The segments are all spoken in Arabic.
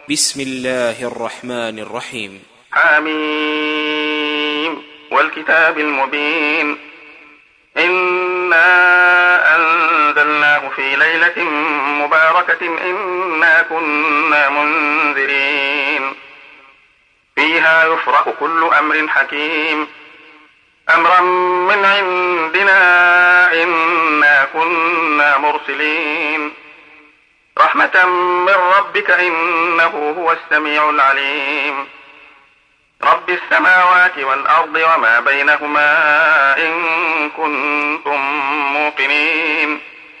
بسم الله الرحمن الرحيم. حميم والكتاب المبين. إنا أنزلناه في ليلة مباركة إنا كنا منذرين فيها يفرق كل أمر حكيم أمرا من عندنا إنا كنا مرسلين رحمة من ربك إنه هو السميع العليم رب السماوات والأرض وما بينهما إن كنتم موقنين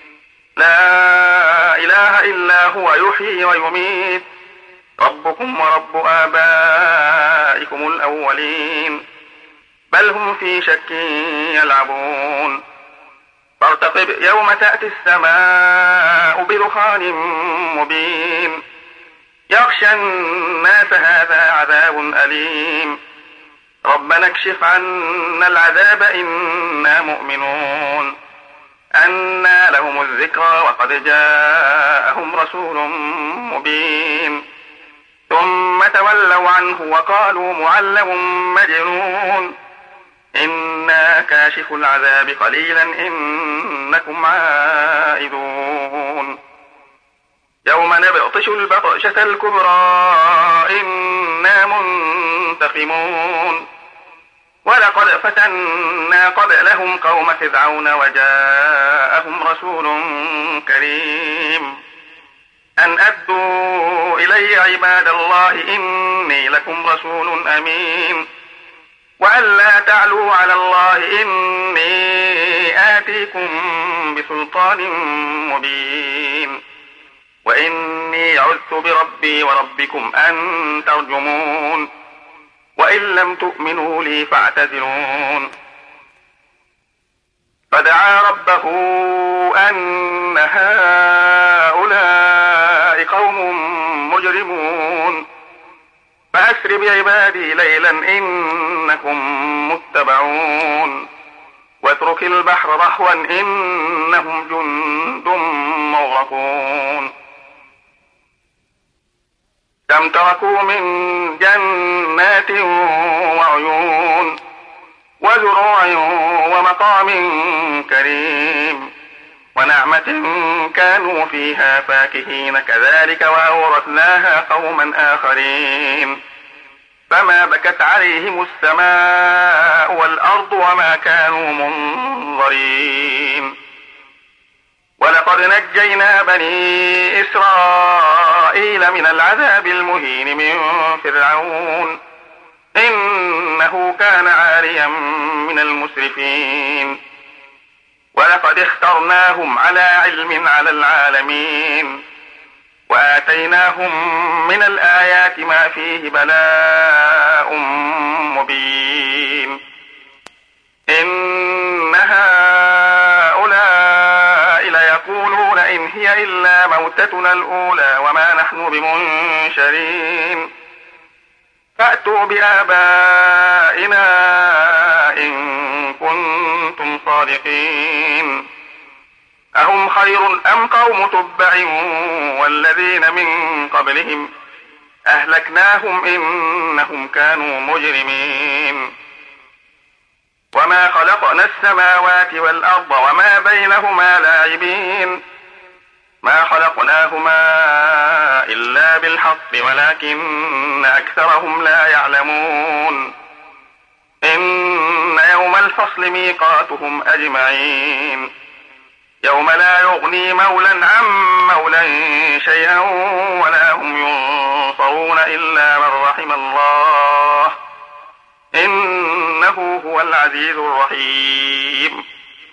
لا إله إلا هو يحيي ويميت ربكم ورب آبائكم الأولين بل هم في شك يلعبون فارتقب يوم تأتي السماء بدخان مبين يغشى الناس هذا عذاب أليم ربنا اكشف عنا العذاب إنا مؤمنون أنى لهم الذكرى وقد جاءهم رسول مبين ثم تولوا عنه وقالوا معلم مجنون إنا كاشف العذاب قليلا إنكم عائدون يوم نبطش البطشة الكبرى إنا منتقمون ولقد فتنا قبلهم قوم فرعون وجاءهم رسول كريم أن أدوا إلي عباد الله إني لكم رسول أمين وأن لا تعلوا على الله إني آتيكم بسلطان مبين وإني عذت بربي وربكم أن ترجمون وإن لم تؤمنوا لي فاعتزلون فدعا ربه أن هؤلاء قوم مجرمون فأسر بعبادي ليلا إنكم متبعون واترك البحر رهوا إنهم جند مغرقون كم تركوا من جنات وعيون وزروع ومقام كريم ونعمة كانوا فيها فاكهين كذلك وأورثناها قوما آخرين فما بكت عليهم السماء والأرض وما كانوا منظرين ولقد نجينا بني إسرائيل من العذاب المهين من فرعون إنه كان عاليا من المسرفين ولقد اخترناهم على علم على العالمين وآتيناهم من الآيات ما فيه بلاء مبين إن هؤلاء ليقولون إن هي إلا موتتنا الأولى وما نحن بمنشرين فأتوا بآبائنا إن كنتم صادقين أهم خير أم قوم تبع والذين من قبلهم أهلكناهم إنهم كانوا مجرمين وما خلقنا السماوات والأرض وما بينهما لاعبين ما خلقناهما إلا بالحق ولكن أكثرهم لا يعلمون إن يوم الفصل ميقاتهم أجمعين يوم لا يغني مولى عن مولى شيئا ولا هم ينصرون إلا من رحم الله إنه هو العزيز الرحيم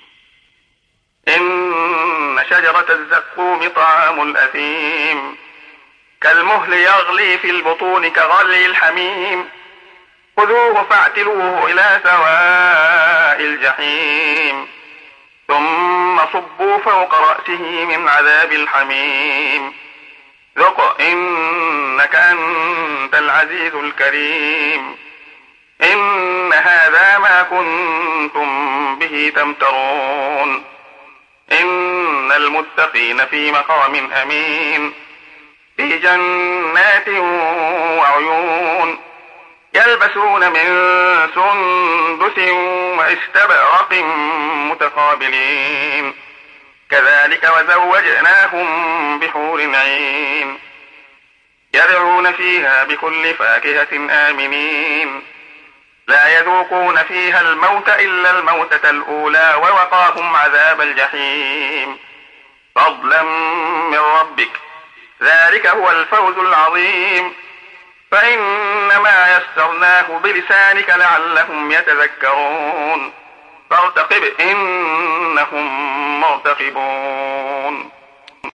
إن شجرة الزقوم طعام الأثيم كالمهل يغلي في البطون كغلي الحميم خذوه فاعتلوه إلى سواء الجحيم ثم صبوا فوق رأسه من عذاب الحميم ذق إنك أنت العزيز الكريم إن هذا ما كنتم به تمترون إن المتقين في مقام أمين في جنات وعيون يلبسون من سندس واستبرق متقابلين كذلك وزوجناهم بحور عين يدعون فيها بكل فاكهة آمنين لا يذوقون فيها الموت إلا الموتة الأولى ووقاهم عذاب الجحيم فضلا من ربك ذلك هو الفوز العظيم فإنما يسرناه بلسانك لعلهم يتذكرون فارتقب إنهم مرتقبون